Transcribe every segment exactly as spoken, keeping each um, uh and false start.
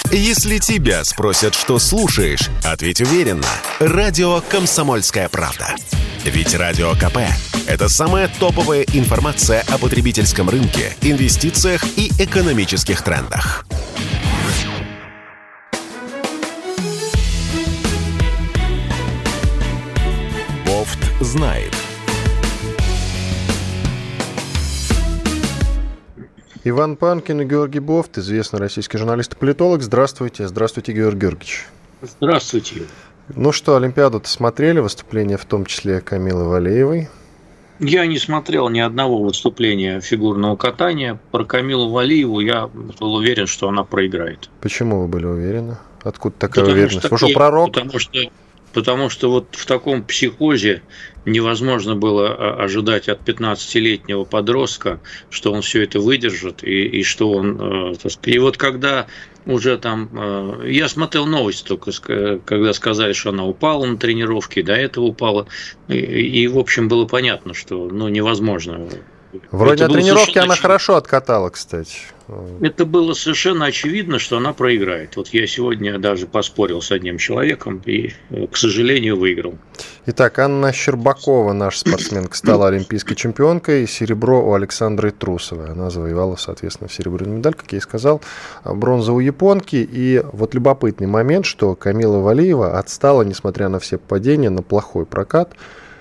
Если тебя спросят, что слушаешь, ответь уверенно. Радио «Комсомольская правда». Ведь Радио КП – это самая топовая информация о потребительском рынке, инвестициях и экономических трендах. Бофт знает. Иван Панкин и Георгий Бофт, известный российский журналист и политолог. Здравствуйте. Здравствуйте, Георгий Георгиевич. Здравствуйте. Ну что, Олимпиаду-то смотрели, выступление в том числе Камилы Валиевой? Я не смотрел ни одного выступления фигурного катания. Про Камилу Валиеву я был уверен, что она проиграет. Почему вы были уверены? Откуда такая потому уверенность? Что, вы что, пророк? Потому что, потому что вот в таком психозе невозможно было ожидать от пятнадцатилетнего подростка, что он все это выдержит, и, и что он... И вот когда уже там... Я смотрел новости только, когда сказали, что она упала на тренировке, до этого упала, и, и в общем, было понятно, что ну, невозможно... Вроде на тренировке она хорошо откатала, кстати. Это было совершенно очевидно, что она проиграет. Вот я сегодня даже поспорил с одним человеком и, к сожалению, выиграл. Итак, Анна Щербакова, наша спортсменка, стала олимпийской чемпионкой. Серебро у Александры Трусовой. Она завоевала, соответственно, серебряную медаль, как я и сказал, бронза у японки. И вот любопытный момент, что Камила Валиева отстала, несмотря на все падения, на плохой прокат.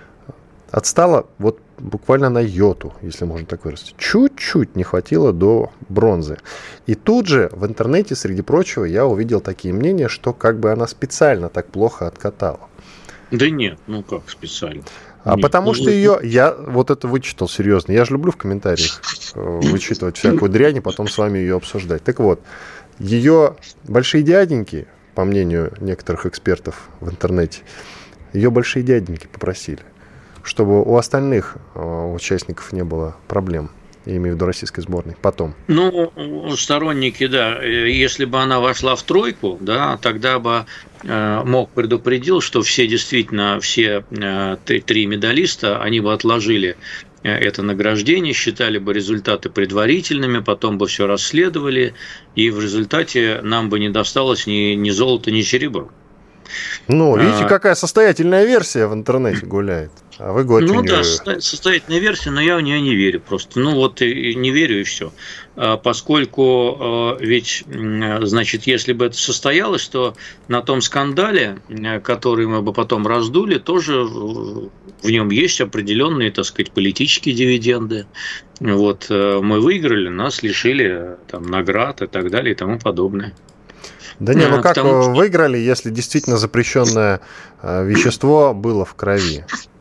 Отстала вот буквально на йоту, если можно так выразить. Чуть-чуть не хватило до бронзы. И тут же в интернете, среди прочего, я увидел такие мнения, что как бы она специально так плохо откатала. Да нет, ну как специально. А нет, потому ну, что ее, я вот это вычитал серьезно. Я же люблю в комментариях вычитывать всякую дрянь и потом с вами ее обсуждать. Так вот, ее большие дяденьки, по мнению некоторых экспертов в интернете, ее большие дяденьки попросили, чтобы у остальных э, участников не было проблем, я имею в виду российской сборной, потом. Ну, сторонники, да, если бы она вошла в тройку, да, тогда бы э, МОК предупредил, что все действительно, все э, три, три медалиста, они бы отложили это награждение, считали бы результаты предварительными, потом бы все расследовали, и в результате нам бы не досталось ни, ни золота, ни серебра. Ну, видите, а... какая состоятельная версия в интернете гуляет. А вы говорите, ну не... да, состоятельная версия, но я в нее не верю просто. Ну вот и не верю и все. Поскольку ведь, значит, если бы это состоялось, то на том скандале, который мы бы потом раздули, тоже в нем есть определенные, так сказать, политические дивиденды. Вот мы выиграли, нас лишили там наград и так далее и тому подобное. Да не, ну как Потому... выиграли, если действительно запрещенное вещество было в крови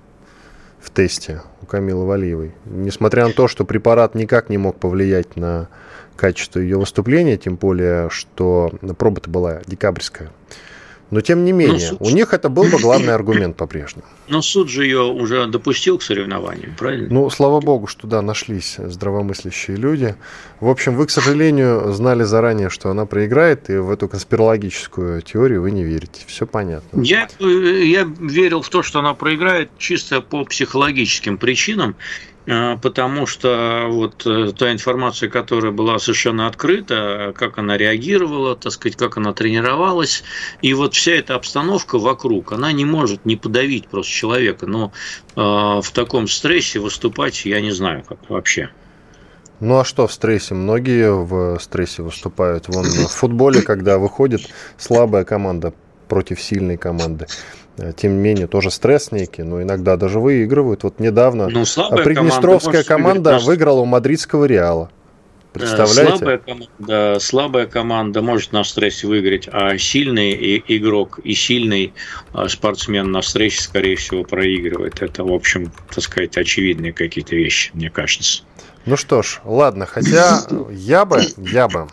в тесте у Камилы Валиевой? Несмотря на то, что препарат никак не мог повлиять на качество ее выступления, тем более, что проба-то была декабрьская. Но тем не менее, суд... у них это был бы главный аргумент по-прежнему. Но суд же ее уже допустил к соревнованиям, правильно? Ну, слава богу, что да, нашлись здравомыслящие люди. В общем, вы, к сожалению, знали заранее, что она проиграет, и в эту конспирологическую теорию вы не верите. Все понятно. Я, я верил в то, что она проиграет чисто по психологическим причинам, потому что вот та информация, которая была совершенно открыта, как она реагировала, так сказать, как она тренировалась, и вот вся эта обстановка вокруг, она не может не подавить просто человека, но э, в таком стрессе выступать, я не знаю, как вообще. Ну а что в стрессе? Многие в стрессе выступают. Вон в футболе, когда выходит слабая команда против сильной команды, тем не менее, тоже стресс некий, но иногда даже выигрывают. Вот недавно ну, Приднестровская команда, команда выиграла у мадридского Реала. Представляете? Слабая команда, слабая команда может на стрессе выиграть, а сильный игрок и сильный спортсмен на стрессе, скорее всего, проигрывает. Это, в общем, так сказать, очевидные какие-то вещи, мне кажется. Ну что ж, ладно, хотя я бы, я бы,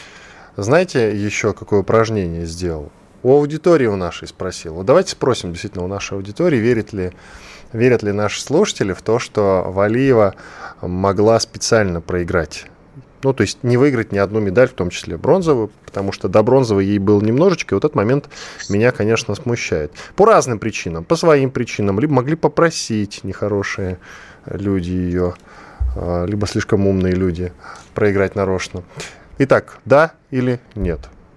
знаете, еще какое упражнение сделал? У аудитории у нашей спросил. Вот давайте спросим действительно у нашей аудитории, верит ли, верят ли наши слушатели в то, что Валиева могла специально проиграть. Ну, то есть не выиграть ни одну медаль, в том числе бронзовую, потому что до бронзовой ей было немножечко, и вот этот момент меня, конечно, смущает. По разным причинам, по своим причинам. Либо могли попросить нехорошие люди ее, либо слишком умные люди проиграть нарочно. Итак, да или нет?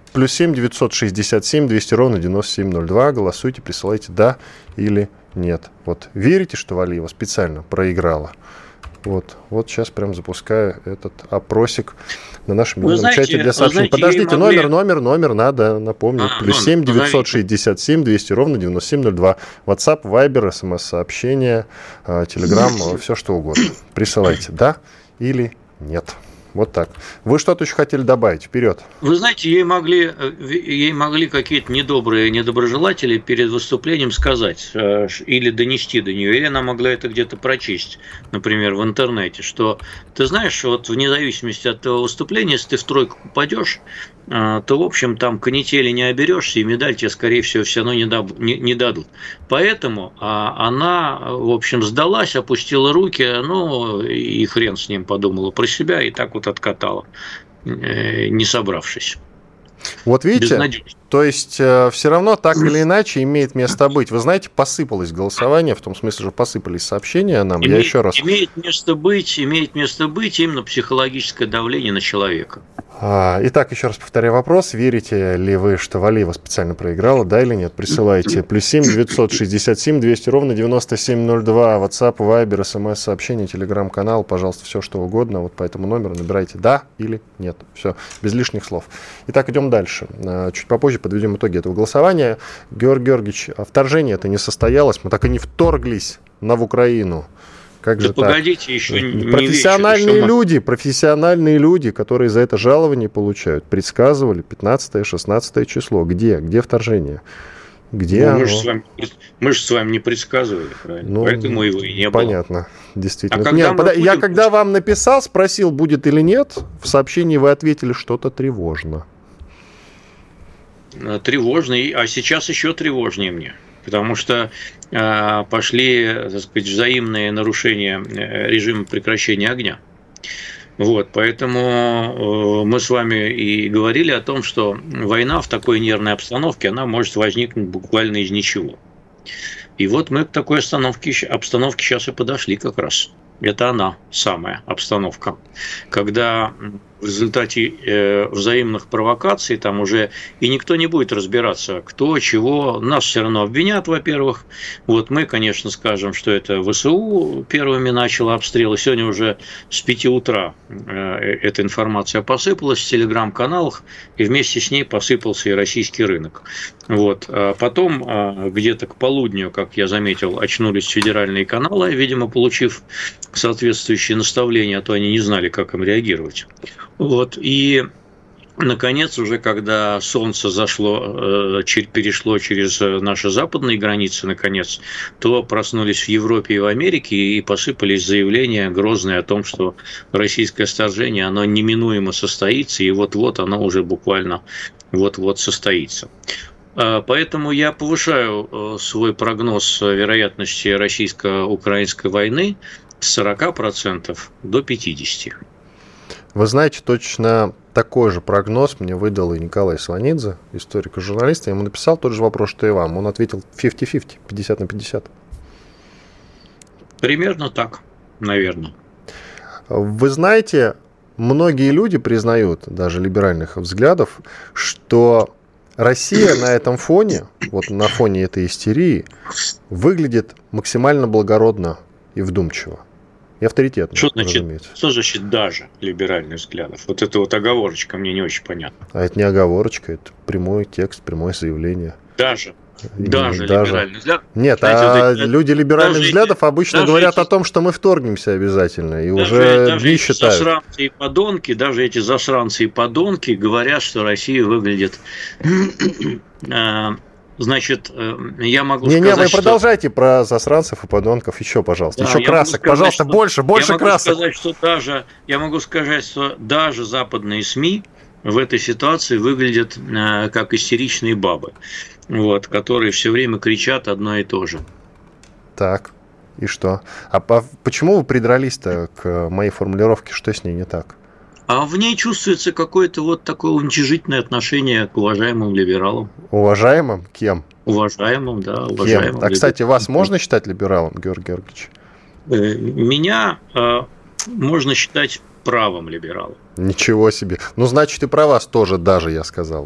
плюс семь девятьсот шестьдесят семь двести ровно девяносто семь ноль два. Голосуйте, присылайте «да» или «нет». Вот верите, что Валиева специально проиграла? Вот, вот сейчас прям запускаю этот опросик на нашем мобильном чате для сообщений. Подождите, могли... номер, номер, номер, надо напомнить. А, плюс семь девятьсот шестьдесят семь двести ровно девяносто семь ноль два. WhatsApp, Viber, смс-сообщения, Telegram, все что угодно. Присылайте «да» или «нет». Вот так. Вы что-то еще хотели добавить? Вперед. Вы знаете, ей могли, ей могли какие-то недобрые недоброжелатели перед выступлением сказать или донести до нее, или она могла это где-то прочесть, например, в интернете, что ты знаешь, вот вне зависимости от твоего выступления, если ты в тройку попадешь, то, в общем, там канители не оберешься, и медаль тебе, скорее всего, все равно не, даб, не, не дадут. Поэтому она, в общем, сдалась, опустила руки, ну, и хрен с ним, подумала про себя, и так вот откатала, не собравшись. Вот видите, то есть э, все равно так или иначе имеет место быть. Вы знаете, посыпалось голосование, в том смысле, что посыпались сообщения нам. Имеет, Я еще раз... имеет место быть, имеет место быть именно психологическое давление на человека. А, итак, еще раз повторяю вопрос. Верите ли вы, что Валиева специально проиграла, да или нет? Присылайте плюс семь девятьсот шестьдесят семь двести ровно девяносто семь ноль два. WhatsApp, Viber, смс-сообщение, Telegram-канал, пожалуйста, все что угодно. Вот по этому номеру набирайте «да» или «нет». Все, без лишних слов. Итак, идем дальше. Чуть попозже подведем итоги этого голосования. Георгий Георгиевич, вторжение это не состоялось. Мы так и не вторглись на в Украину. Как да же погодите, так? еще не профессиональные вечер, люди, профессиональные люди, которые за это жалование получают, предсказывали пятнадцатое-шестнадцатое число. Где? Где вторжение? Где ну, мы, же с вами, мы же с вами не предсказывали, правильно? Ну, поэтому его и не было. Понятно, действительно. А нет, когда будем... Я когда вам написал, спросил, будет или нет, в сообщении вы ответили что-то тревожно. Тревожно, а сейчас еще тревожнее мне. Потому что э, пошли, так сказать, взаимные нарушения режима прекращения огня. Вот, поэтому э, мы с вами и говорили о том, что война в такой нервной обстановке, она может возникнуть буквально из ничего. И вот мы к такой обстановке, обстановке сейчас и подошли как раз. Это она, самая обстановка. Когда в результате э, взаимных провокаций там уже и никто не будет разбираться, кто, чего. Нас все равно обвинят, во-первых. Вот мы, конечно, скажем, что это ВСУ первыми начало обстрелы. Сегодня уже с пяти утра э, эта информация посыпалась в телеграм-каналах, и вместе с ней посыпался и российский рынок. Вот. А потом, э, где-то к полудню, как я заметил, очнулись федеральные каналы, видимо, получив соответствующие наставления, а то они не знали, как им реагировать. Вот. И, наконец, уже когда солнце зашло, перешло через наши западные границы, наконец, то проснулись в Европе и в Америке, и посыпались заявления грозные о том, что российское вторжение, оно неминуемо состоится, и вот-вот оно уже буквально вот-вот состоится. Поэтому я повышаю свой прогноз вероятности российско-украинской войны с сорока процентов до пятидесяти процентов. Вы знаете, точно такой же прогноз мне выдал и Николай Сванидзе, историк и журналист. Я ему написал тот же вопрос, что и вам. Он ответил пятьдесят на пятьдесят, пятьдесят на пятьдесят. Примерно так, наверное. Вы знаете, многие люди признают, даже либеральных взглядов, что Россия на этом фоне, вот на фоне этой истерии, выглядит максимально благородно и вдумчиво. И авторитетно, что значит, разумеется. Что значит даже либеральных взглядов? Вот это вот оговорочка мне не очень понятна. А это не оговорочка, это прямой текст, прямое заявление. Даже? Даже, даже либеральный взгляд? Нет, знаете, а вот эти, люди либеральных взглядов обычно говорят эти, о том, что мы вторгнемся обязательно, и даже, уже даже не считают. Засранцы и подонки, даже эти засранцы и подонки говорят, что Россия выглядит... Значит, я могу не, сказать, Не, вы что... продолжайте про засранцев и подонков еще, пожалуйста. Да, еще красок, сказать, пожалуйста, что... больше, больше я красок. Могу сказать, что даже, я могу сказать, что даже западные СМИ в этой ситуации выглядят э, как истеричные бабы, вот, которые все время кричат одно и то же. Так, и что? А по... почему вы придрались-то к моей формулировке, что с ней не так? А в ней чувствуется какое-то вот такое уничижительное отношение к уважаемым либералам. Уважаемым? Кем? Уважаемым, да. Уважаемым. Кем? А, кстати, вас можно считать либералом, Георгий Георгиевич? Меня э, можно считать правым либералом. Ничего себе. Ну, значит, и про вас тоже даже, я сказал бы.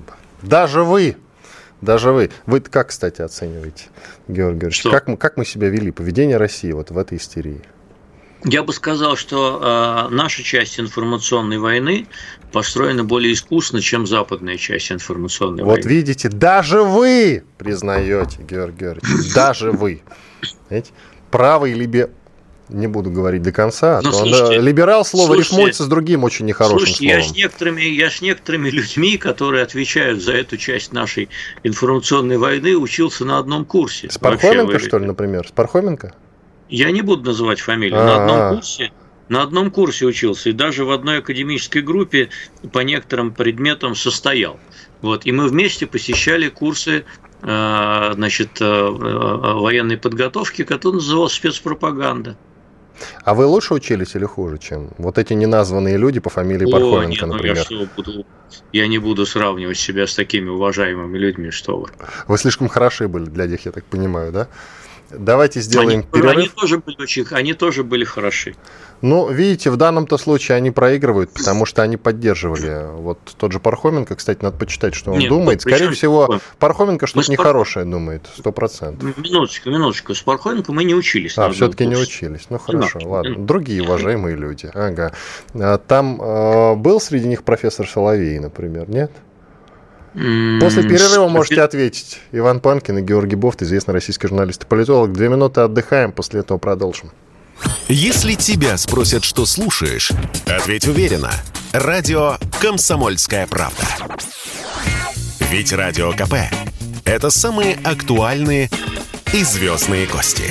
Даже вы, даже вы. Вы как, кстати, оцениваете, Георгий Георгиевич, как мы, как мы себя вели, поведение России вот в этой истерии? Я бы сказал, что э, наша часть информационной войны построена более искусно, чем западная часть информационной вот войны. Вот видите, даже вы признаете, Георгий Георгиевич, даже вы. Знаете, правый либо... Не буду говорить до конца. Но, то слушайте, он, либерал слово слушайте, рифмуется с другим очень нехорошим слушайте, словом. Я с, некоторыми, я с некоторыми людьми, которые отвечают за эту часть нашей информационной войны, учился на одном курсе. С Пархоменко, что ли, например? С Пархоменко? Я не буду называть фамилию. А-а-а. На одном курсе. На одном курсе учился, и даже в одной академической группе по некоторым предметам состоял. Вот. И мы вместе посещали курсы значит, военной подготовки, который назывался спецпропаганда. А вы лучше учились или хуже, чем вот эти неназванные люди по фамилии О, Пархоменко, нет, ну например? Я, что, буду, я не буду сравнивать себя с такими уважаемыми людьми, что вы. Вы слишком хороши были для них, я так понимаю, да? Давайте сделаем они, перерыв. Они тоже были очень, они тоже были хороши. Ну, видите, в данном-то случае они проигрывают, потому что они поддерживали. Вот тот же Пархоменко, кстати, надо почитать, что он Нет, думает. Скорее всего, такое? Пархоменко что-то Мы нехорошее Пар... думает, сто процентов. Минуточку, минуточку. С Пархоменко мы не учились. А, все-таки не учились. Ну, хорошо, да, ладно. Да. Другие уважаемые люди. Ага. Там э, был среди них профессор Соловей, например, нет? После перерыва можете ответить. Иван Панкин и Георгий Бофт, известный российский журналист и политолог. Две минуты отдыхаем, после этого продолжим. Если тебя спросят, что слушаешь, ответь уверенно. Радио «Комсомольская правда». Ведь Радио КП – это самые актуальные и звездные гости.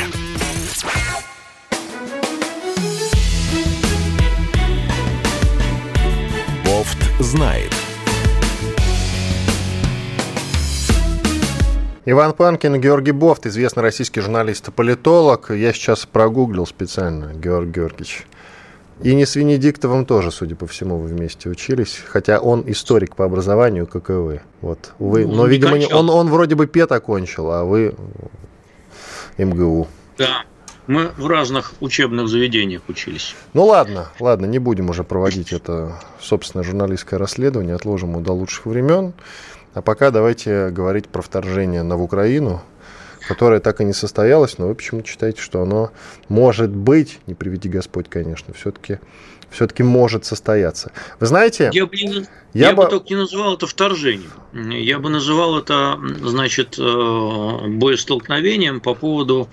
Бофт знает. Иван Панкин и Георгий Бофт, известный российский журналист и политолог. Я сейчас прогуглил специально, Георгий Георгиевич. И не с Венедиктовым тоже, судя по всему, вы вместе учились. Хотя он историк по образованию, как и вы. Вот, вы. Но, видимо, не, он, он вроде бы ПЕТ окончил, а вы эм гэ у. Да, мы в разных учебных заведениях учились. Ну ладно, ладно, не будем уже проводить это собственное журналистское расследование, отложим его до лучших времен. А пока давайте говорить про вторжение на Украину, которое так и не состоялось, но вы почему-то считаете, что оно может быть, не приведи Господь, конечно, все-таки, все-таки может состояться. Вы знаете... Я бы, не, я я бы только не называл это вторжением. Я бы называл это, значит, боестолкновением по поводу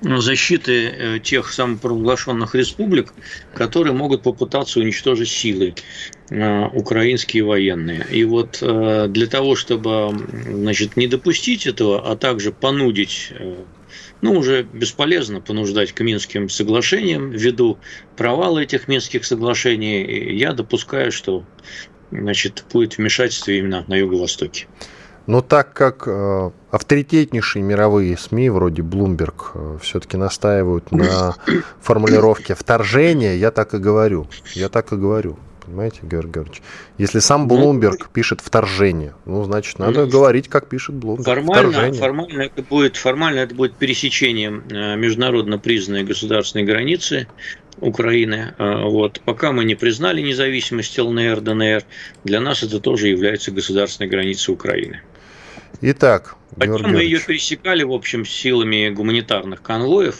защиты тех самопровозглашенных республик, которые могут попытаться уничтожить силой украинские военные. И вот для того, чтобы, значит, не допустить этого, а также понудить, ну, уже бесполезно понуждать к Минским соглашениям, ввиду провала этих Минских соглашений, я допускаю, что, значит, будет вмешательство именно на Юго-Востоке. Но так как э, авторитетнейшие мировые СМИ, вроде Bloomberg, э, все-таки настаивают на формулировке вторжения, я так и говорю. Я так и говорю. Понимаете, Георгий Георгиевич? Если сам Bloomberg пишет вторжение, ну, значит, надо говорить, как пишет Bloomberg. Формально, формально, это будет, формально это будет пересечением международно признанной государственной границы Украины. Вот. Пока мы не признали независимость эл эн эр, дэ эн эр, для нас это тоже является государственной границей Украины. Итак, Хотя мы ее пересекали, в общем, силами гуманитарных конвоев,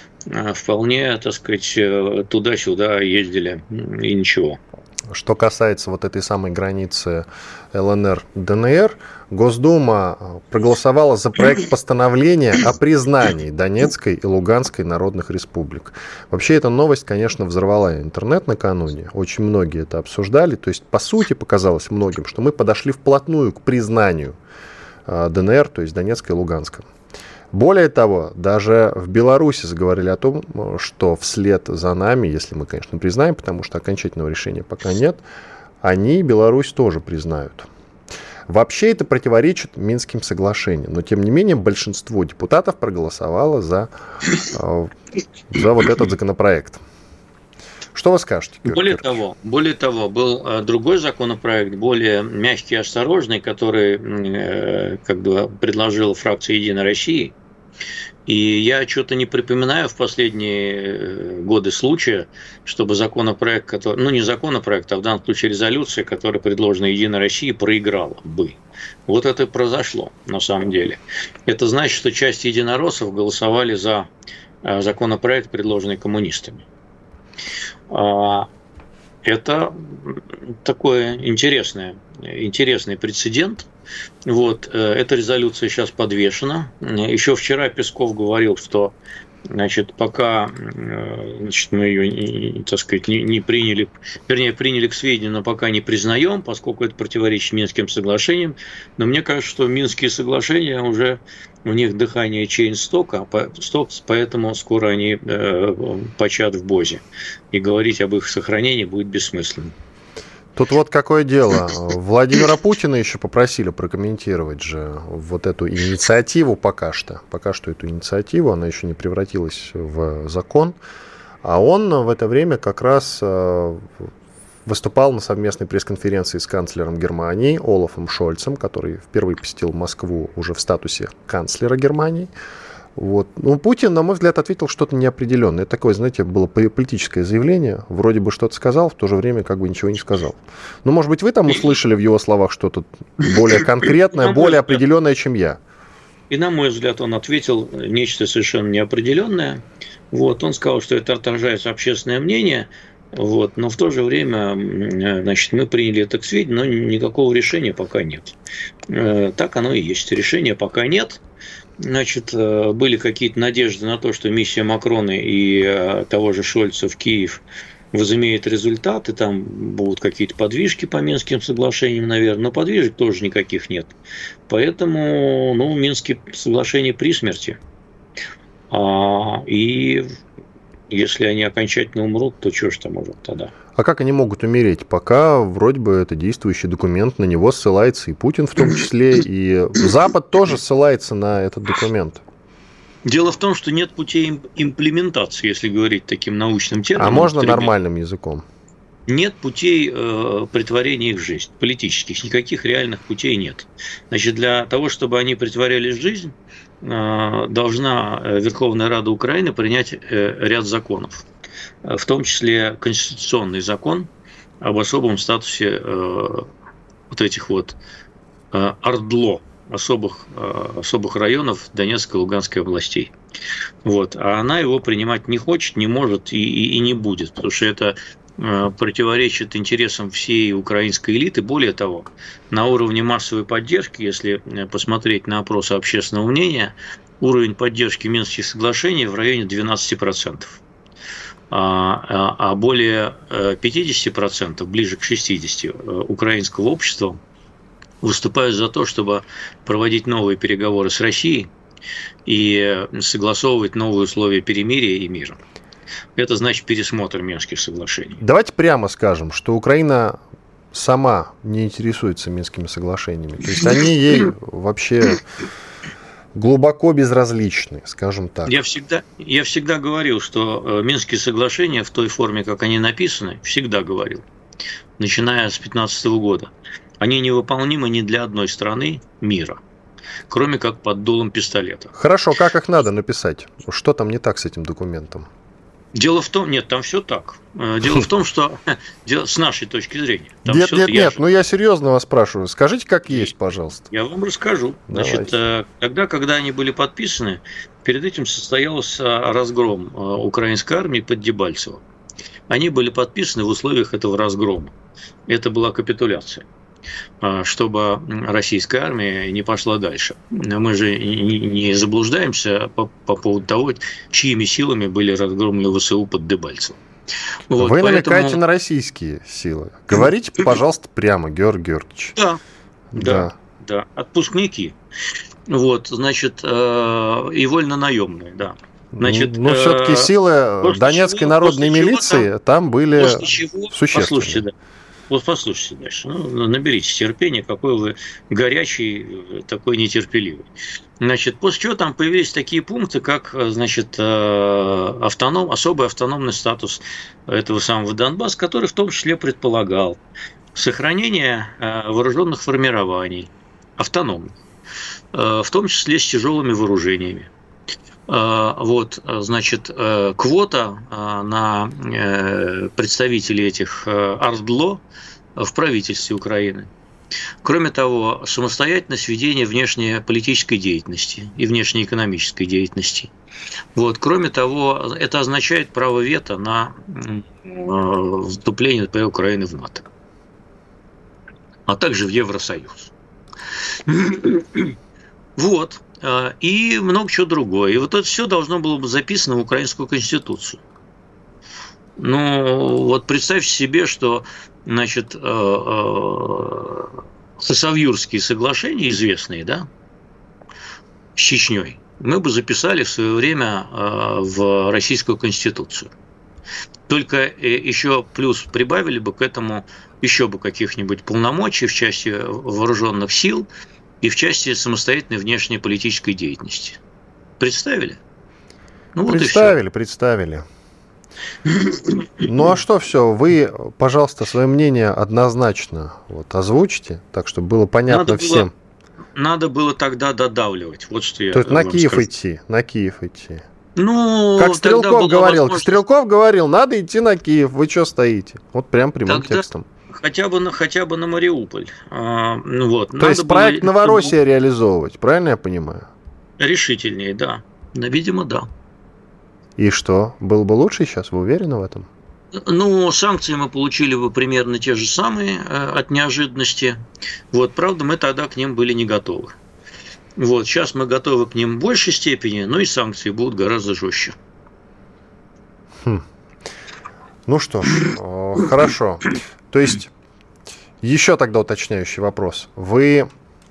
вполне, так сказать, туда-сюда ездили, и ничего. Что касается вот этой самой границы эл эн эр дэ эн эр, Госдума проголосовала за проект постановления о признании Донецкой и Луганской народных республик. Вообще, эта новость, конечно, взорвала интернет накануне. Очень многие это обсуждали. То есть, по сути, показалось многим, что мы подошли вплотную к признанию дэ эн эр, то есть Донецкой и Луганской. Более того, даже в Беларуси заговорили о том, что вслед за нами, если мы, конечно, признаем, потому что окончательного решения пока нет, они Беларусь тоже признают. Вообще это противоречит Минским соглашениям, но тем не менее большинство депутатов проголосовало за, за вот этот законопроект. Что вы скажете, Георгий Более того, более того, был другой законопроект, более мягкий и осторожный, который как бы предложила фракция «Единой России». И я что-то не припоминаю в последние годы случая, чтобы законопроект, который, ну не законопроект, а в данном случае резолюция, которая предложена Единой России, проиграла бы. Вот это и произошло на самом деле. Это значит, что часть единороссов голосовали за законопроект, предложенный коммунистами. Это такой интересный, интересный прецедент. Вот, эта резолюция сейчас подвешена. Еще вчера Песков говорил, что значит, пока значит, мы ее, так сказать, не, не приняли, вернее, приняли к сведению, но пока не признаем, поскольку это противоречит Минским соглашениям. Но мне кажется, что Минские соглашения уже у них дыхание чейн-стока, поэтому скоро они почат в БОЗе. И говорить об их сохранении будет бессмысленно. Тут вот какое дело. Владимира Путина еще попросили прокомментировать же вот эту инициативу пока что. Пока что эту инициативу, она еще не превратилась в закон. А он в это время как раз выступал на совместной пресс-конференции с канцлером Германии Олафом Шольцем, который впервые посетил Москву уже в статусе канцлера Германии. Вот. Ну, Путин, на мой взгляд, ответил что-то неопределенное. Это такое, знаете, было политическое заявление. Вроде бы что-то сказал, в то же время как бы ничего не сказал. Ну, может быть, вы там услышали в его словах что-то более конкретное, более определенное, чем я. И, на мой взгляд, он ответил нечто совершенно неопределенное. Вот. Он сказал, что это отражается общественное мнение. Вот, но в то же время, значит, мы приняли это к сведению, но никакого решения пока нет. Так оно и есть. Решения пока нет. Значит, были какие-то надежды на то, что миссия Макрона и того же Шольца в Киев возымеет результаты, там будут какие-то подвижки по Минским соглашениям, наверное, но подвижек тоже никаких нет. Поэтому, ну, Минские соглашения при смерти. А, и если они окончательно умрут, то что ж там может тогда? А как они могут умереть? Пока вроде бы это действующий документ, на него ссылается и Путин в том числе, и Запад тоже ссылается на этот документ. Дело в том, что нет путей имплементации, если говорить таким научным термином. А можно нормальным языком? Нет путей э, претворения их в жизнь, политических, никаких реальных путей нет. Значит, для того, чтобы они претворялись в жизнь, э, должна Верховная Рада Украины принять э, ряд законов, в том числе конституционный закон об особом статусе э, вот этих вот э, ОРДЛО, особых, э, особых районов Донецкой и Луганской областей. Вот. А она его принимать не хочет, не может и, и, и не будет, потому что это противоречит интересам всей украинской элиты. Более того, на уровне массовой поддержки, если посмотреть на опросы общественного мнения, уровень поддержки Минских соглашений в районе двенадцать процентов. А более пятьдесят процентов, ближе к шестидесяти процентам украинского общества выступают за то, чтобы проводить новые переговоры с Россией и согласовывать новые условия перемирия и мира. Это значит пересмотр Минских соглашений. Давайте прямо скажем, что Украина сама не интересуется Минскими соглашениями. То есть они ей вообще глубоко безразличны, скажем так. Я всегда, я всегда говорил, что Минские соглашения в той форме, как они написаны, всегда говорил, начиная с две тысячи пятнадцатого года, они невыполнимы ни для одной страны мира, кроме как под дулом пистолета. Хорошо, как их надо написать? Что там не так с этим документом? Дело в том, нет, там все так. Дело в том, что с нашей точки зрения. Там нет, все, нет, я нет, же... ну я серьезно вас спрашиваю. Скажите, как есть, пожалуйста. Я вам расскажу. Значит, тогда, когда они были подписаны, перед этим состоялся разгром украинской армии под Дебальцево. Они были подписаны в условиях этого разгрома. Это была капитуляция, чтобы российская армия не пошла дальше. Мы же не заблуждаемся по, по поводу того, чьими силами были разгромлены ВСУ под Дебальцево. Вот, Вы поэтому... намекаете на российские силы. Говорите, пожалуйста, прямо, Георгий Георгиевич. Да, да, да, да. Отпускники. Вот, значит, и вольно-наемные, да. Значит, ну, все-таки силы Донецкой чего, народной милиции там, там были чего, существенные. Послушайте, да. Вот послушайте дальше. Ну, наберитесь терпения, какой вы горячий, такой нетерпеливый. Значит, после чего там появились такие пункты, как, значит, автоном, особый автономный статус этого самого Донбасса, который в том числе предполагал сохранение вооруженных формирований, автономных, в том числе с тяжелыми вооружениями. Вот, значит, квота на представителей этих ОРДЛО в правительстве Украины. Кроме того, самостоятельность ведения внешнеполитической деятельности и внешнеэкономической деятельности. Вот. Кроме того, это означает право вето на вступление, например, Украины в НАТО, а также в Евросоюз. Вот. И много чего другое. И вот это все должно было быть записано в Украинскую Конституцию. Ну, вот представьте себе, что, значит, Хасавюрские соглашения известные, да, с Чечней, мы бы записали в свое время в Российскую Конституцию. Только еще плюс прибавили бы к этому еще бы каких-нибудь полномочий в части вооруженных сил и в части самостоятельной внешнеполитической деятельности. Представили? Ну, представили, вот представили. Ну а что все? Вы, пожалуйста, свое мнение однозначно вот озвучите, так чтобы было понятно надо всем. Было, надо было тогда додавливать. Вот что я. То есть на Киев скажу. идти, на Киев идти. Ну, как Стрелков говорил, возможность... Стрелков говорил, надо идти на Киев. Вы что стоите? Вот прям прямым тогда текстом. Хотя бы на хотя бы на Мариуполь. А, ну вот. То есть проект было... Новороссия реализовывать, правильно я понимаю? Решительнее, да. Да, видимо, да. И что? Было бы лучше сейчас? Вы уверены в этом? Ну, санкции мы получили бы примерно те же самые э, от неожиданности. Вот, правда, мы тогда к ним были не готовы. Вот, сейчас мы готовы к ним в большей степени, но и санкции будут гораздо жестче. Хм. Ну что ж, э, хорошо. То есть, еще тогда уточняющий вопрос. Вы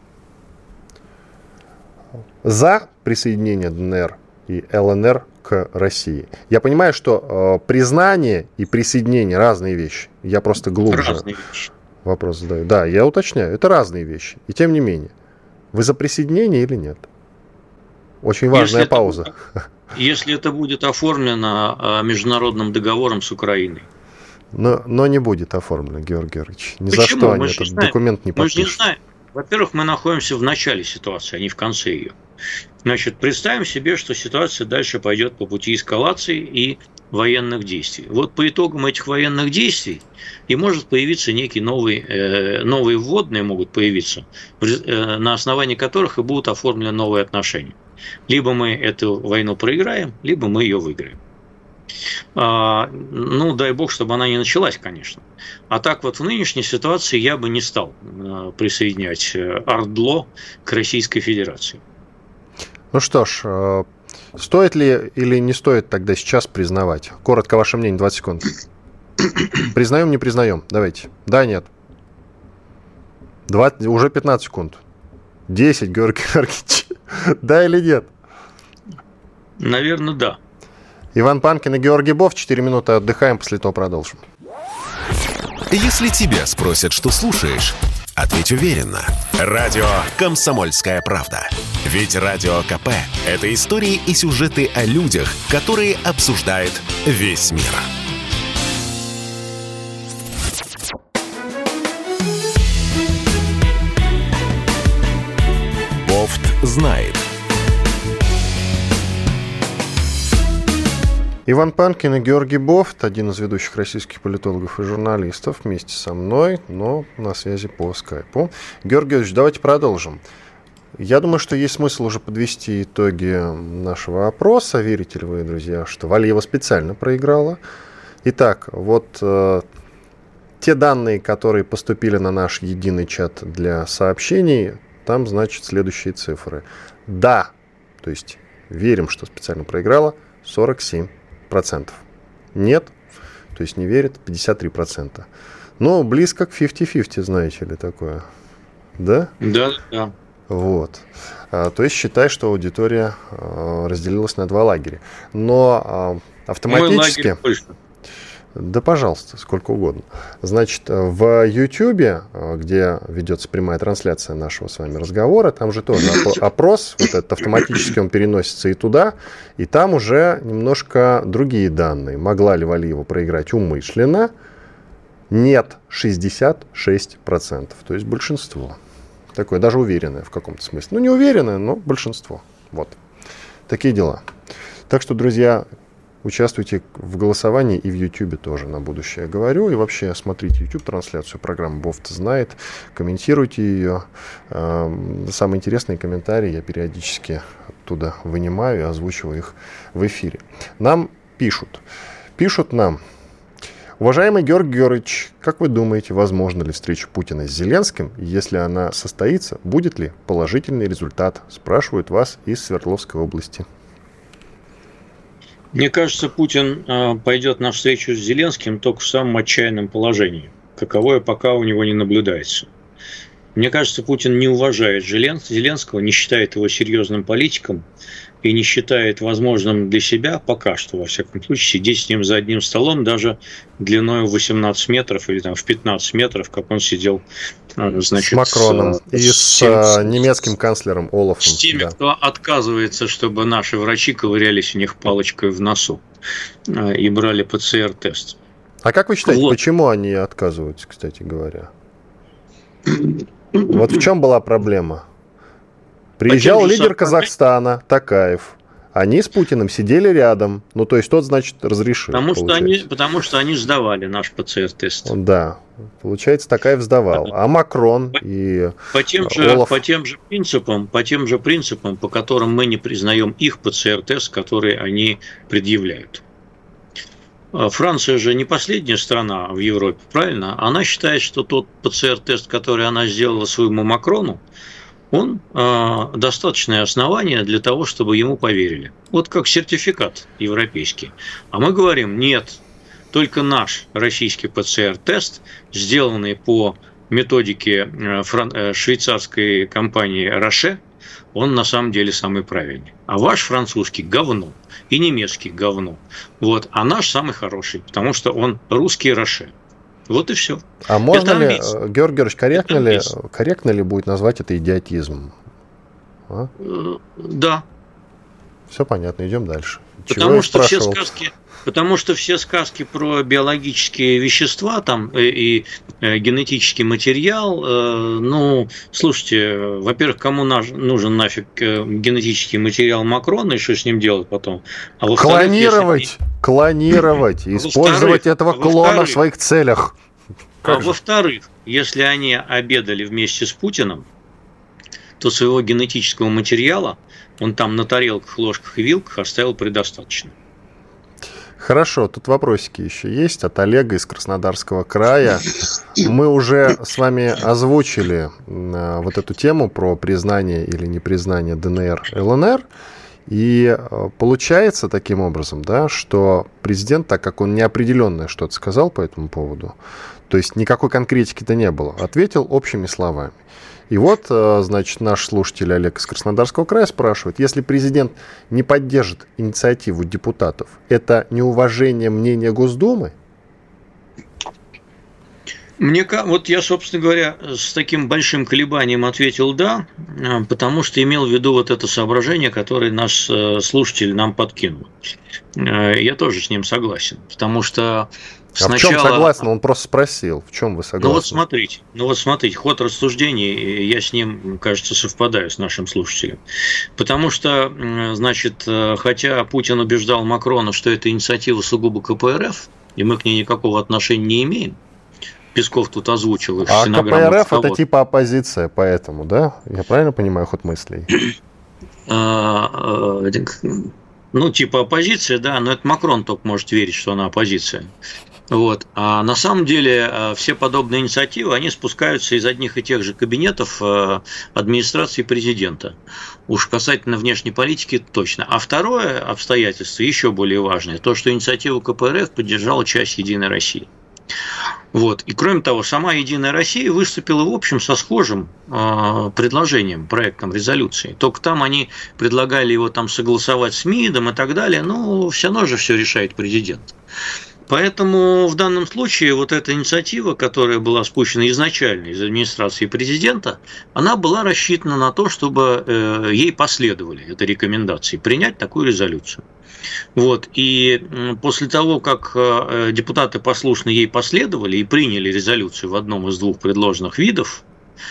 за присоединение ДНР и ЛНР к России? Я понимаю, что э, признание и присоединение разные вещи. Я просто глубже разные вещи. Вопрос задаю. Да, я уточняю, это разные вещи. И тем не менее, вы за присоединение или нет? Очень важная если пауза. Это, если это будет оформлено международным договором с Украиной. Но, но не будет оформлено, Георгий Георгиевич. Ни Почему? за что они этот знаем. документ не подпишут. Мы же не знаем. Во-первых, мы находимся в начале ситуации, а не в конце ее. Значит, представим себе, что ситуация дальше пойдет по пути эскалации и военных действий. Вот по итогам этих военных действий и может появиться некий новый, э, новые вводные могут появиться, э, на основании которых и будут оформлены новые отношения. Либо мы эту войну проиграем, либо мы ее выиграем. А, ну, дай бог, чтобы она не началась, конечно. А так вот в нынешней ситуации я бы не стал присоединять ОРДЛО к Российской Федерации. Ну что ж, стоит ли или не стоит тогда сейчас признавать? Коротко ваше мнение, двадцать секунд. Признаем, не признаем? Давайте. Да, нет. двадцать, уже пятнадцать секунд. десять, Георгий Георгиевич. Да или нет? Наверное, да. Иван Панкин и Георгий Бофт. четыре минуты отдыхаем, после этого продолжим. Если тебя спросят, что слушаешь, ответь уверенно. Радио «Комсомольская правда». Ведь Радио КП – это истории и сюжеты о людях, которые обсуждает весь мир. Бофт знает. Иван Панкин и Георгий Бофт, один из ведущих российских политологов и журналистов, вместе со мной, но на связи по скайпу. Георгий Георгиевич, давайте продолжим. Я думаю, что есть смысл уже подвести итоги нашего опроса. Верите ли вы, друзья, что Валиева специально проиграла? Итак, вот э, те данные, которые поступили на наш единый чат для сообщений, там, значит, следующие цифры. Да, то есть верим, что специально проиграла, сорок семь процентов. Нет, то есть не верит, пятьдесят три процента. Но близко к пятьдесят на пятьдесят, знаете ли, такое. Да? Да, да. Вот. А, то есть считай, что аудитория а, разделилась на два лагеря. Но а, автоматически... Мой лагерь больше. Да, пожалуйста, сколько угодно. Значит, в YouTube, где ведется прямая трансляция нашего с вами разговора, там же тоже опрос, вот этот автоматически он переносится и туда, и там уже немножко другие данные. Могла ли Валиева проиграть умышленно? Нет, шестьдесят шесть процентов, то есть большинство. Такое даже уверенное в каком-то смысле. Ну, не уверенное, но большинство. Вот. такие дела. Так что, друзья, участвуйте в голосовании и в Ютьюбе тоже на будущее говорю. И вообще смотрите YouTube-трансляцию программы «Бофт знает», комментируйте ее. Самые интересные комментарии я периодически оттуда вынимаю и озвучиваю их в эфире. Нам пишут. Пишут нам: уважаемый Георгий Георгиевич, как вы думаете, возможна ли встреча Путина с Зеленским? Если она состоится, будет ли положительный результат? Спрашивают вас из Свердловской области. Мне кажется, Путин э, пойдет на встречу с Зеленским только в самом отчаянном положении, каковое пока у него не наблюдается. Мне кажется, Путин не уважает Зеленского, не считает его серьезным политиком и не считает возможным для себя, пока что, во всяком случае, сидеть с ним за одним столом, даже длиной в восемнадцать метров или там, в пятнадцать метров, как он сидел, значит, с Макроном с, и с, с немецким канцлером Олафом. С теми, да. Кто отказывается, чтобы наши врачи ковырялись у них палочкой в носу и брали ПЦР-тест. А как вы считаете, вот. Почему они отказываются, кстати говоря? Вот в чем была проблема? Приезжал Почему лидер Казахстана, Токаев. Они с Путиным сидели рядом. Ну, то есть тот, значит, разрешил. Потому что, они, потому что они сдавали наш ПЦР-тест. Да. Получается, Токаев сдавал. А Макрон по, и по тем же, Олаф... по тем же принципам, по тем же принципам, по которым мы не признаем их ПЦР-тест, который они предъявляют. Франция же не последняя страна в Европе, правильно? Она считает, что тот ПЦР-тест, который она сделала своему Макрону, он э, достаточное основание для того, чтобы ему поверили. Вот как сертификат европейский. А мы говорим, нет, только наш российский ПЦР-тест, сделанный по методике фран- швейцарской компании Роше, он на самом деле самый правильный. А ваш французский говно и немецкий говно. Вот. А наш самый хороший, потому что он русский Роше. Вот и все. А можно это ли, амбиция. Георгий Георгиевич, корректно ли, корректно ли будет назвать это идиотизмом? А? Да. Все понятно, идем дальше. Потому что, все сказки, потому что все сказки про биологические вещества там, и, и генетический материал, ну, слушайте, во-первых, кому нужен нафиг генетический материал Макрона и что с ним делать потом? А клонировать, они... клонировать, а использовать этого а клона в своих целях. Как а же? Во-вторых, если они обедали вместе с Путиным, то своего генетического материала он там на тарелках, ложках и вилках оставил предостаточно. Хорошо, тут вопросики еще есть от Олега из Краснодарского края. Мы уже с вами озвучили вот эту тему про признание или непризнание ДНР, ЛНР. И получается таким образом, да, что президент, так как он неопределенное что-то сказал по этому поводу, то есть никакой конкретики-то не было, ответил общими словами. И вот, значит, наш слушатель Олег из Краснодарского края спрашивает, если президент не поддержит инициативу депутатов, это неуважение мнения Госдумы? Мне, вот я, собственно говоря, с таким большим колебанием ответил «да», потому что имел в виду вот это соображение, которое наш слушатель нам подкинул. Я тоже с ним согласен, потому что сначала... А в чем согласен? Он просто спросил, в чем вы согласны? Ну вот смотрите, ну вот смотрите, ход рассуждений, я с ним, кажется, совпадаю с нашим слушателем. Потому что, значит, хотя Путин убеждал Макрона, что это инициатива сугубо КПРФ, и мы к ней никакого отношения не имеем, Песков тут озвучил их. А КПРФ это типа оппозиция, поэтому, да? Я правильно понимаю ход мыслей? Ну, типа оппозиция, да, но это Макрон только может верить, что она оппозиция. Вот. А на самом деле все подобные инициативы, они спускаются из одних и тех же кабинетов администрации президента. Уж касательно внешней политики точно. А второе обстоятельство, еще более важное, то, что инициативу КПРФ поддержала часть «Единой России». Вот. И кроме того, сама «Единая Россия» выступила, в общем, со схожим э, предложением, проектом резолюции. Только там они предлагали его там согласовать с МИДом и так далее, но все равно же все решает президент. Поэтому в данном случае вот эта инициатива, которая была спущена изначально из администрации президента, она была рассчитана на то, чтобы э, ей последовали, этой рекомендации, принять такую резолюцию. Вот. И после того, как депутаты послушно ей последовали и приняли резолюцию в одном из двух предложенных видов,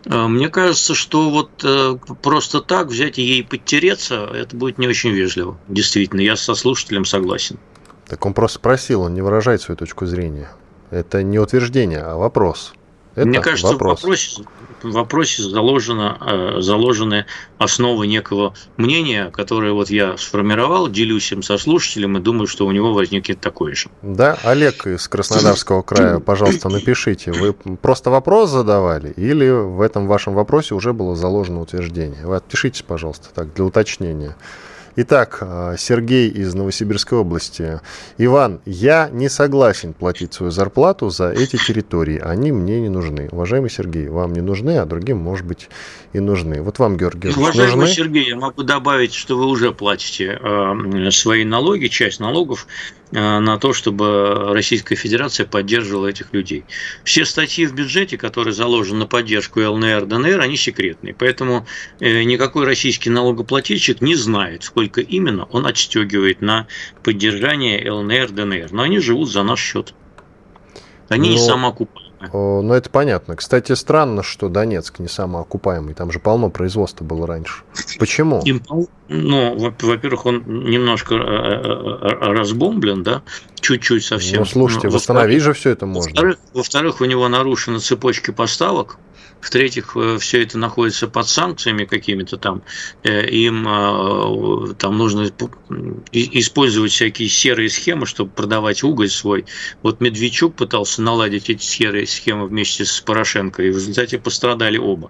Мне кажется, что вот просто так взять и ей подтереться, это будет не очень вежливо. Действительно, я со слушателем согласен. Так он просто спросил, он не выражает свою точку зрения. Это не утверждение, а вопрос. Это Мне кажется, вопрос. в вопросе, в вопросе заложено, заложены основы некого мнения, которое вот я сформировал, делюсь им со слушателем и думаю, что у него возникнет такое же. Да, Олег из Краснодарского края, пожалуйста, напишите, вы просто вопрос задавали или в этом вашем вопросе уже было заложено утверждение? Вы отпишитесь, пожалуйста, так, для уточнения. Итак, Сергей из Новосибирской области. Иван, я не согласен платить свою зарплату за эти территории. Они мне не нужны. Уважаемый Сергей, вам не нужны, а другим, может быть, и нужны. Вот вам, Георгий Георгиевич, Уважаемый нужны? Сергей, я могу добавить, что вы уже платите э, свои налоги, часть налогов, э, на то, чтобы Российская Федерация поддерживала этих людей. Все статьи в бюджете, которые заложены на поддержку ЛНР, ДНР, они секретные. Поэтому э, никакой российский налогоплательщик не знает, сколько именно он отстегивает на поддержание ЛНР, ДНР. Но они живут за наш счет. Они Но... не самоокупаемые. Ну, это понятно. Кстати, странно, что Донецк не самоокупаемый. Там же полно производства было раньше. Почему? Им, ну, во-первых, он немножко разбомблен, да, чуть-чуть совсем. Ну, слушайте, Но, восстановить же все это можно. Во-вторых, во-вторых, у него нарушены цепочки поставок. В-третьих, все это находится под санкциями какими-то там. Им там нужно использовать всякие серые схемы, чтобы продавать уголь свой. Вот Медведчук пытался наладить эти серые схемы вместе с Порошенко, и в результате пострадали оба.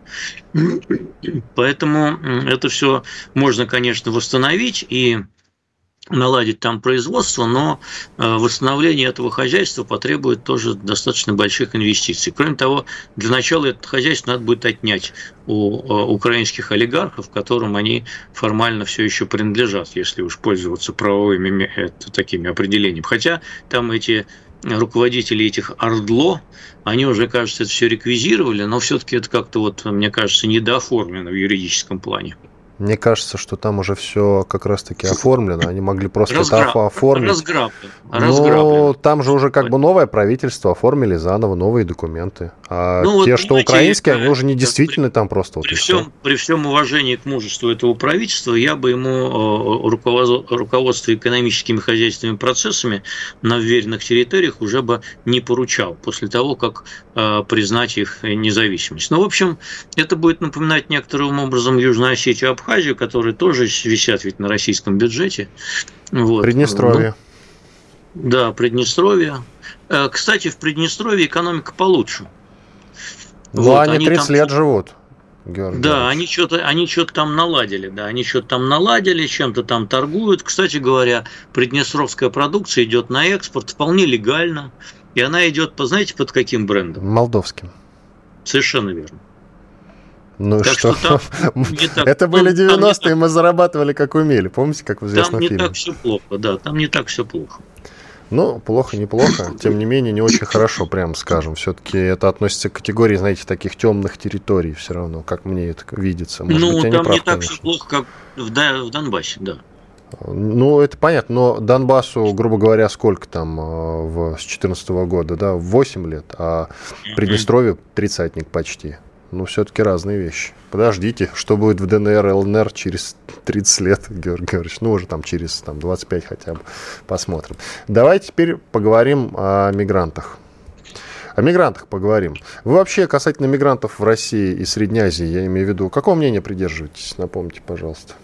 Поэтому это все можно, конечно, восстановить и наладить там производство, но восстановление этого хозяйства потребует тоже достаточно больших инвестиций. Кроме того, для начала это хозяйство надо будет отнять у украинских олигархов, которым они формально все еще принадлежат, если уж пользоваться правовыми такими определениями. Хотя там эти руководители этих ОРДЛО, они уже, кажется, это все реквизировали, но все-таки это как-то, вот, мне кажется, недооформлено в юридическом плане. Мне кажется, что там уже все как раз-таки оформлено. Они могли просто Разграб... это оформить. Разграблено. Но там же уже как бы новое правительство, оформили заново новые документы. А ну, те, вот, что украинские, они уже не действительны при, там просто. При, вот всем, при всем уважении к мужеству этого правительства, я бы ему руководство экономическими и хозяйственными процессами на вверенных территориях уже бы не поручал после того, как признать их независимость. Ну, в общем, это будет напоминать некоторым образом Южную Осетию, Абхазию, которые тоже висят ведь на российском бюджете. Вот. Приднестровье. Ну, да, Приднестровье. Кстати, в Приднестровье экономика получше. Ну, вот, они тридцать лет там... живут. Георгий да, они что-то, они что-то там наладили, да, они что-то там наладили, чем-то там торгуют. Кстати говоря, приднестровская продукция идет на экспорт вполне легально, и она идет, знаете, под каким брендом? Молдовским. Совершенно верно. Ну так что, что так, это были ну, девяностые, мы зарабатывали как умели. Помните, как в известном фильме? Там не фильме? так все плохо, да, там не так все плохо. Ну, плохо, неплохо, тем не менее, не очень хорошо, прямо скажем. Все-таки это относится к категории, знаете, таких темных территорий все равно, как мне это видится. Может ну, быть, я там не прав, не так конечно. все плохо, как в, в Донбассе, да. Ну, это понятно, но Донбассу, грубо говоря, сколько там в, с две тысячи четырнадцатого года, да, восемь лет, а Приднестровье тридцатник почти. Ну, все-таки разные вещи. Подождите, что будет в ДНР, ЛНР через тридцать лет, Георгий Георгиевич? Ну, уже там через там, двадцать пять хотя бы. Посмотрим. Давайте теперь поговорим о мигрантах. О мигрантах поговорим. Вы вообще касательно мигрантов в России и Средней Азии, я имею в виду, какого мнения придерживаетесь? Напомните, пожалуйста.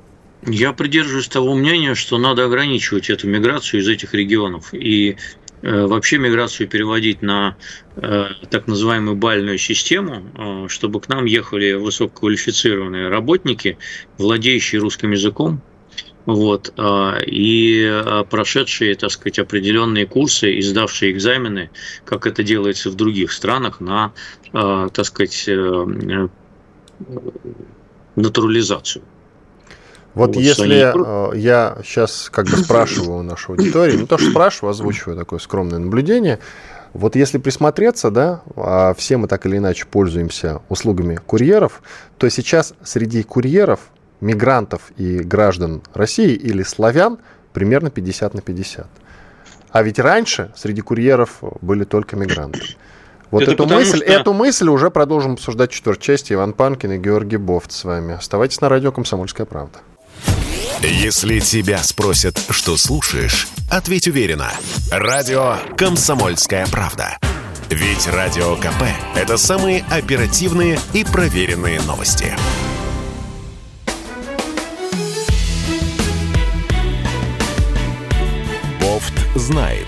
Я придерживаюсь того мнения, что надо ограничивать эту миграцию из этих регионов. И вообще миграцию переводить на э, так называемую бальную систему, э, чтобы к нам ехали высококвалифицированные работники, владеющие русским языком, вот, э, и прошедшие, так сказать, определенные курсы и сдавшие экзамены, как это делается в других странах, на, э, так сказать, э, натурализацию. Вот, вот если они... я сейчас как бы спрашиваю у нашей аудитории, не то что спрашиваю, озвучиваю такое скромное наблюдение, вот если присмотреться, да, а все мы так или иначе пользуемся услугами курьеров, то сейчас среди курьеров, мигрантов и граждан России или славян примерно пятьдесят на пятьдесят. А ведь раньше среди курьеров были только мигранты. Вот Это эту потому, мысль, что- эту мысль уже продолжим обсуждать в четвертой части. Иван Панкин и Георгий Бофт с вами. Оставайтесь на радио «Комсомольская правда». Если тебя спросят, что слушаешь, ответь уверенно. Радио «Комсомольская правда». Ведь Радио КП – это самые оперативные и проверенные новости. Бофт знает.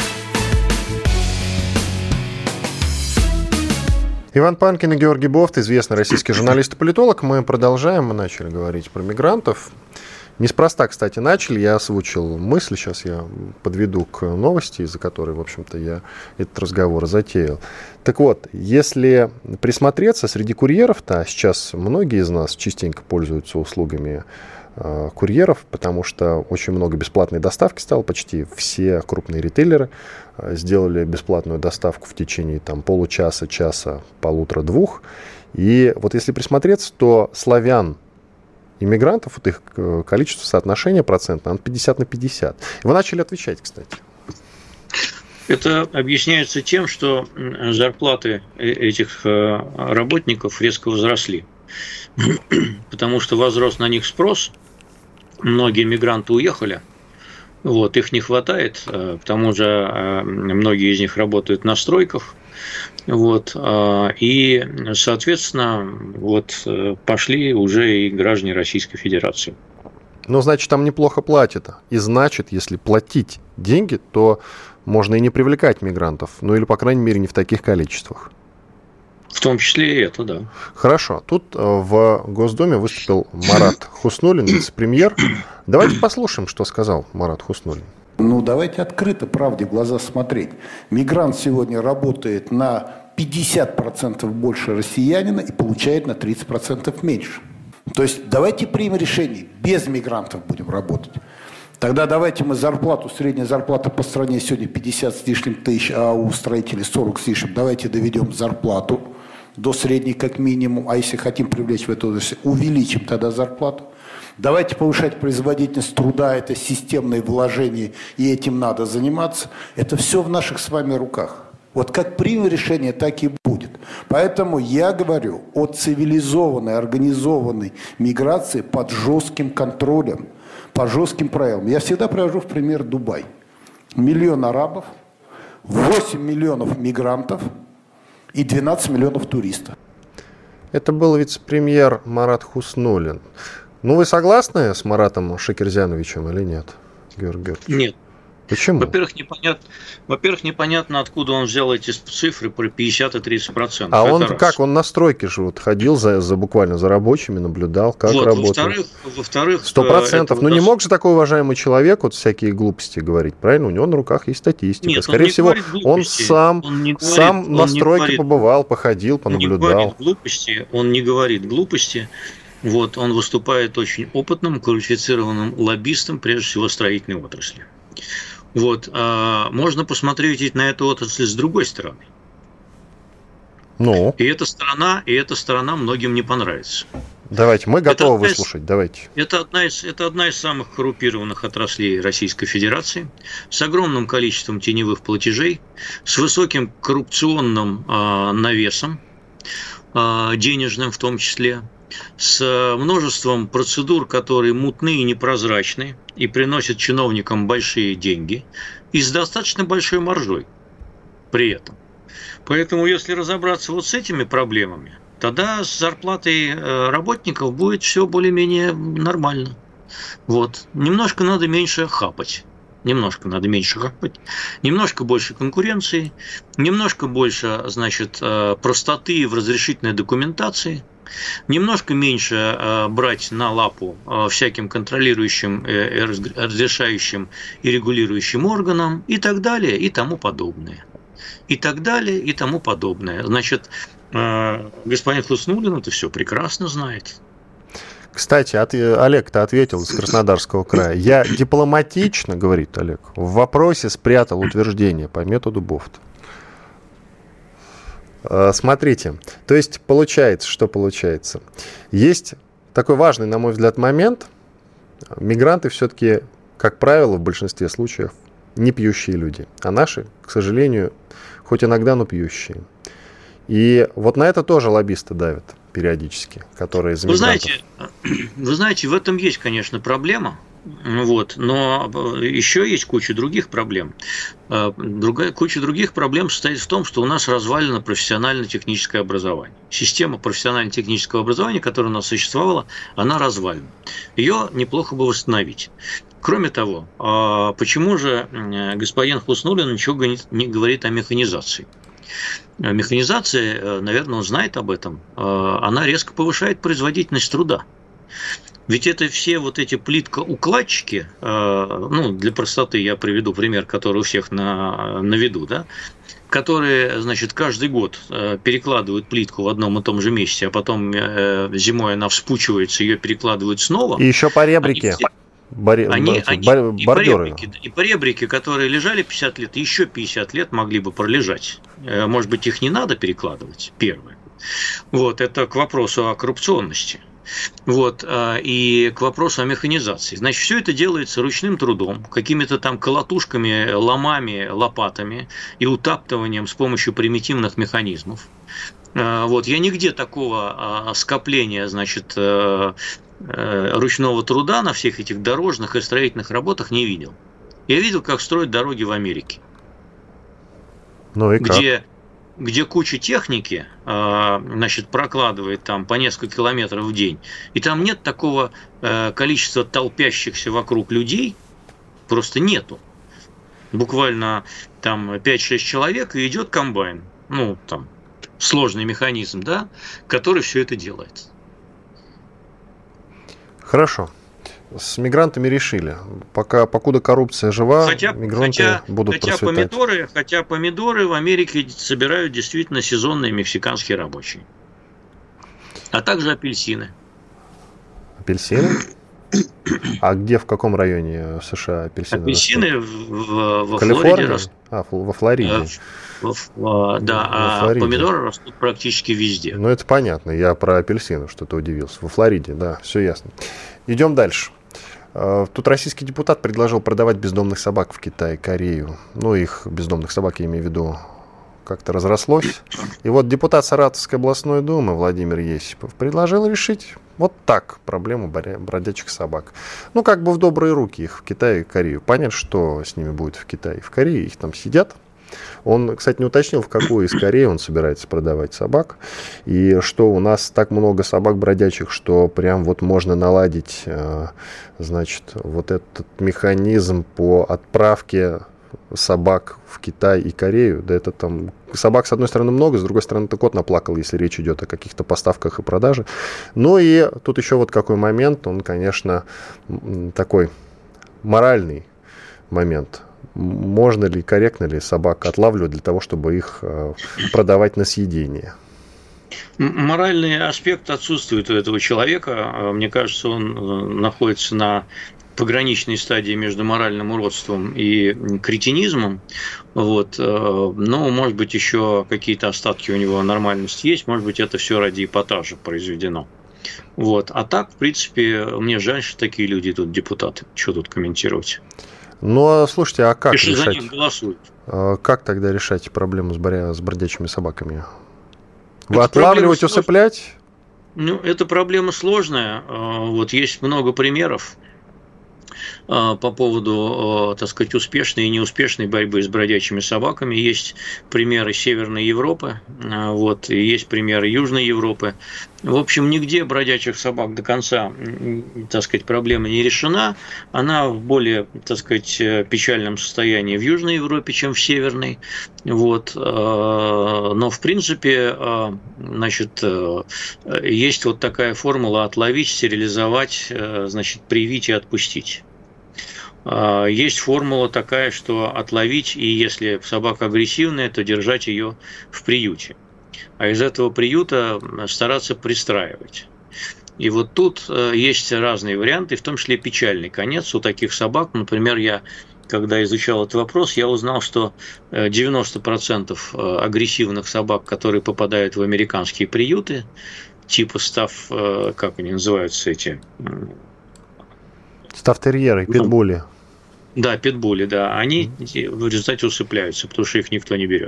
Иван Панкин и Георгий Бофт, известный российский журналист и политолог. Мы продолжаем, мы начали говорить про мигрантов. Неспроста, кстати, начали, я озвучил мысль, сейчас я подведу к новости, из-за которой, в общем-то, я этот разговор затеял. Так вот, если присмотреться, среди курьеров-то сейчас многие из нас частенько пользуются услугами э, курьеров, потому что очень много бесплатной доставки стало, почти все крупные ритейлеры э, сделали бесплатную доставку в течение там, получаса, часа, полутора-двух. И вот если присмотреться, то славян, иммигрантов, вот их количество, соотношение процентное, оно пятьдесят на пятьдесят. И вы начали отвечать, кстати. Это объясняется тем, что зарплаты этих работников резко возросли. Потому что возрос на них спрос, многие мигранты уехали, вот, их не хватает, к тому же многие из них работают на стройках. Вот, и, соответственно, вот пошли уже и граждане Российской Федерации. Ну, значит, там неплохо платят. И значит, если платить деньги, то можно и не привлекать мигрантов. Ну, или, по крайней мере, не в таких количествах. В том числе и это, да. Хорошо. Тут в Госдуме выступил Марат Хуснуллин, вице-премьер. Давайте послушаем, что сказал Марат Хуснуллин. Ну, давайте открыто правде в глаза смотреть. Мигрант сегодня работает на пятьдесят процентов больше россиянина и получает на тридцать процентов меньше. То есть давайте примем решение, без мигрантов будем работать. Тогда давайте мы зарплату, средняя зарплата по стране сегодня пятьдесят с лишним тысяч, а у строителей сорок с лишним. Давайте доведем зарплату до средней как минимум, а если хотим привлечь в эту область, увеличим тогда зарплату. Давайте повышать производительность труда, это системные вложения, и этим надо заниматься. Это все в наших с вами руках. Вот как примем решение, так и будет. Поэтому я говорю о цивилизованной, организованной миграции под жестким контролем, по жестким правилам. Я всегда привожу в пример Дубай. Миллион арабов, восемь миллионов мигрантов и двенадцать миллионов туристов. Это был вице-премьер Марат Хуснуллин. Ну, вы согласны с Маратом Шакирзяновичем или нет, Георгий Георгиевич? Нет. Почему? Во-первых, непонятно, во-первых, непонятно, откуда он взял эти цифры про пятьдесят и тридцать процентов. А это он раз. как? Он на стройке же вот ходил за, за буквально за рабочими, наблюдал, как вот, работают. Во-вторых, во-вторых, Сто процентов. это Ну, вот не нас... мог же такой уважаемый человек вот всякие глупости говорить, правильно? У него на руках есть статистика. Нет, Скорее он всего, он сам, он не говорит, сам он на не стройке говорит, побывал, походил, понаблюдал. Он не говорит глупости, он не говорит глупости. Вот, он выступает очень опытным, квалифицированным лоббистом, прежде всего, строительной отрасли. Вот, а можно посмотреть ведь на эту отрасль с другой стороны. Ну? И эта сторона, и эта сторона многим не понравится. Давайте, мы готовы это выслушать, из, давайте. Это одна, из, это одна из самых коррумпированных отраслей Российской Федерации, с огромным количеством теневых платежей, с высоким коррупционным э, навесом, э, денежным в том числе, с множеством процедур, которые мутны и непрозрачны, и приносят чиновникам большие деньги, и с достаточно большой маржой при этом. Поэтому, если разобраться вот с этими проблемами, тогда с зарплатой работников будет все более-менее нормально. Вот. Немножко надо меньше хапать. Немножко надо меньше хапать, немножко больше конкуренции, немножко больше, значит, простоты в разрешительной документации, немножко меньше брать на лапу всяким контролирующим, разрешающим и регулирующим органам и так далее и тому подобное. И так далее и тому подобное. Значит, господин Хуснуллин это все прекрасно знает. Кстати, от, Олег-то ответил из Краснодарского края. Я дипломатично, говорит Олег, в вопросе спрятал утверждение по методу Бофт. Смотрите, то есть получается, что получается. Есть такой важный, на мой взгляд, момент. Мигранты все-таки, как правило, в большинстве случаев не пьющие люди. А наши, к сожалению, хоть иногда, но пьющие. И вот на это тоже лоббисты давят периодически, которые из Вы мигрантов. знаете, вы знаете, в этом есть, конечно, проблема. Вот, но еще есть куча других проблем. Другая куча других проблем состоит в том, что у нас развалено профессионально-техническое образование. Система профессионально-технического образования, которая у нас существовала, она развалена. Ее неплохо бы восстановить. Кроме того, почему же господин Хуснуллин ничего не говорит о механизации? Механизация, наверное, он знает об этом, она резко повышает производительность труда. Ведь это все вот эти плиткоукладчики, ну, для простоты я приведу пример, который у всех на, на виду, да, которые, значит, каждый год перекладывают плитку в одном и том же месте, а потом зимой она вспучивается, ее перекладывают снова. И еще поребрики. Они, Бари... они, бар... они бар... и, бордюры. поребрики, и поребрики, которые лежали пятьдесят лет, еще пятьдесят лет могли бы пролежать. Может быть, их не надо перекладывать, первое. Вот, это к вопросу о коррупционности. Вот, и к вопросу о механизации. Значит, все это делается ручным трудом, какими-то там колотушками, ломами, лопатами и утаптыванием с помощью примитивных механизмов. Вот, я нигде такого скопления, значит, ручного труда на всех этих дорожных и строительных работах не видел. Я видел, как строят дороги в Америке. Ну и как? Где где куча техники, значит, прокладывает там по несколько километров в день, и там нет такого количества толпящихся вокруг людей, просто нету. Буквально там пять-шесть человек, и идет комбайн, ну, там, сложный механизм, да, который все это делает. Хорошо. С мигрантами решили. Пока, покуда коррупция жива, хотя, мигранты хотя, будут хотя процветать. Помидоры, хотя помидоры в Америке собирают действительно сезонные мексиканские рабочие. А также апельсины. Апельсины? А где, в каком районе США апельсины? Апельсины в, в, во Калифорнии? Флориде растут. А, во Флориде. В, в, да, во а Флориде. Помидоры растут практически везде. Ну, это понятно. Я про апельсины что-то удивился. Во Флориде, да, все ясно. Идем дальше. Тут российский депутат предложил продавать бездомных собак в Китай, Корею. Ну, их бездомных собак, я имею в виду, как-то разрослось. И вот депутат Саратовской областной думы Владимир Есипов предложил решить вот так проблему бродячих собак. Ну, как бы в добрые руки их в Китае и Корею. Понятно, что с ними будет в Китае и в Корее. Их там сидят. Он, кстати, не уточнил, в какую из Кореи он собирается продавать собак. И что у нас так много собак бродячих, что прям вот можно наладить, значит, вот этот механизм по отправке собак в Китай и Корею. Да это там собак, с одной стороны, много, с другой стороны, ты кот наплакал, если речь идет о каких-то поставках и продаже. Ну и тут еще вот какой момент, он, конечно, такой моральный момент. Можно ли, корректно ли собак отлавливать для того, чтобы их э, продавать на съедение? Моральный аспект отсутствует у этого человека. Мне кажется, он находится на пограничной стадии между моральным уродством и кретинизмом. Вот. Но, может быть, еще какие-то остатки у него нормальности есть. Может быть, это все ради эпатажа произведено. Вот. А так, в принципе, мне жаль, что такие люди тут депутаты. Что тут комментировать? Ну, слушайте, а как Если решать? за них голосуют. Как тогда решать проблему с, боря... с бродячими собаками? Вы отлавливать, усыплять? Ну, это проблема сложная. Вот есть много примеров по поводу, так сказать, успешной и неуспешной борьбы с бродячими собаками. Есть примеры Северной Европы, вот, и есть примеры Южной Европы. В общем, нигде бродячих собак до конца, так сказать, проблема не решена. Она в более, так сказать, печальном состоянии в Южной Европе, чем в Северной. Вот. Но, в принципе, значит, есть вот такая формула: отловить, стерилизовать, значит, привить и отпустить. Есть формула такая, что отловить, и если собака агрессивная, то держать ее в приюте. А из этого приюта стараться пристраивать. И вот тут есть разные варианты, в том числе печальный конец у таких собак. Например, я, когда изучал этот вопрос, я узнал, что девяносто процентов агрессивных собак, которые попадают в американские приюты, типа стаф, как они называются эти... Стафтерьеры, питбули. Да, питбули, да. Они в результате усыпляются, потому что их никто не берет.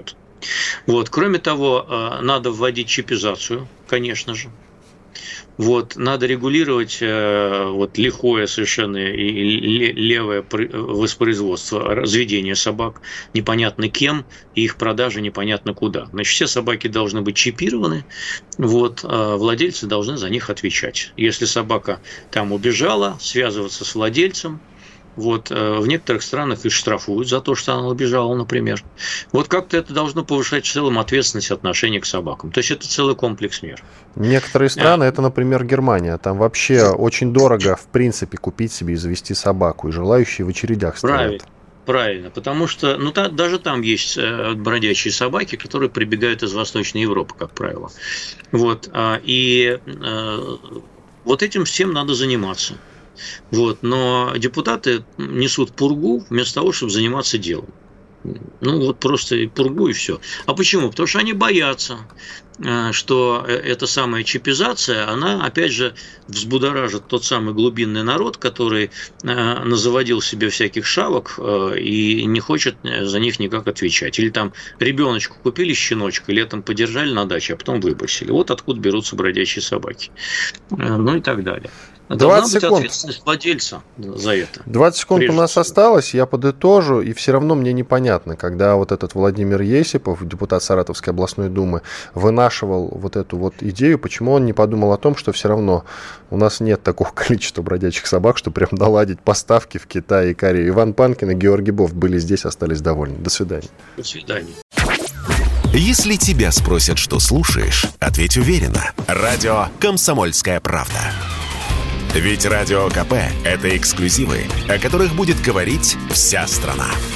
Вот. Кроме того, надо вводить чипизацию, конечно же. Вот, надо регулировать э, вот, лихое совершенно и левое воспроизводство, разведение собак непонятно кем и их продажа непонятно куда. Значит, все собаки должны быть чипированы, вот, а владельцы должны за них отвечать. Если собака там убежала, связываться с владельцем. Вот, в некоторых странах их штрафуют за то, что она убежала, например. Вот как-то это должно повышать в целом ответственность отношения к собакам. То есть это целый комплекс мер. Некоторые страны, а. это, например, Германия, там вообще очень дорого, в принципе, купить себе и завести собаку, и желающие в очередях стоят. Правильно. Правильно, потому что ну, та, даже там есть бродячие собаки, которые прибегают из Восточной Европы, как правило. Вот, и вот этим всем надо заниматься. Вот, но депутаты несут пургу вместо того, чтобы заниматься делом. Ну, вот просто пургу и все. А почему? Потому что они боятся, что эта самая чипизация, она, опять же, взбудоражит тот самый глубинный народ, который назаводил себе всяких шавок и не хочет за них никак отвечать. Или там ребеночку купили щеночка, летом подержали на даче, а потом выбросили. Вот откуда берутся бродячие собаки. Ну и так далее. двадцать секунд. Ответственность владельца за это. двадцать секунд у нас всего осталось, я подытожу, и все равно мне непонятно, когда вот этот Владимир Есипов, депутат Саратовской областной думы, вынашивал вот эту вот идею, почему он не подумал о том, что все равно у нас нет такого количества бродячих собак, что прям наладить поставки в Китай и Корею. Иван Панкин и Георгий Бофт были здесь, остались довольны. До свидания. До свидания. Если тебя спросят, что слушаешь, ответь уверенно. Радио «Комсомольская правда». Ведь Радио КП – это эксклюзивы, о которых будет говорить вся страна.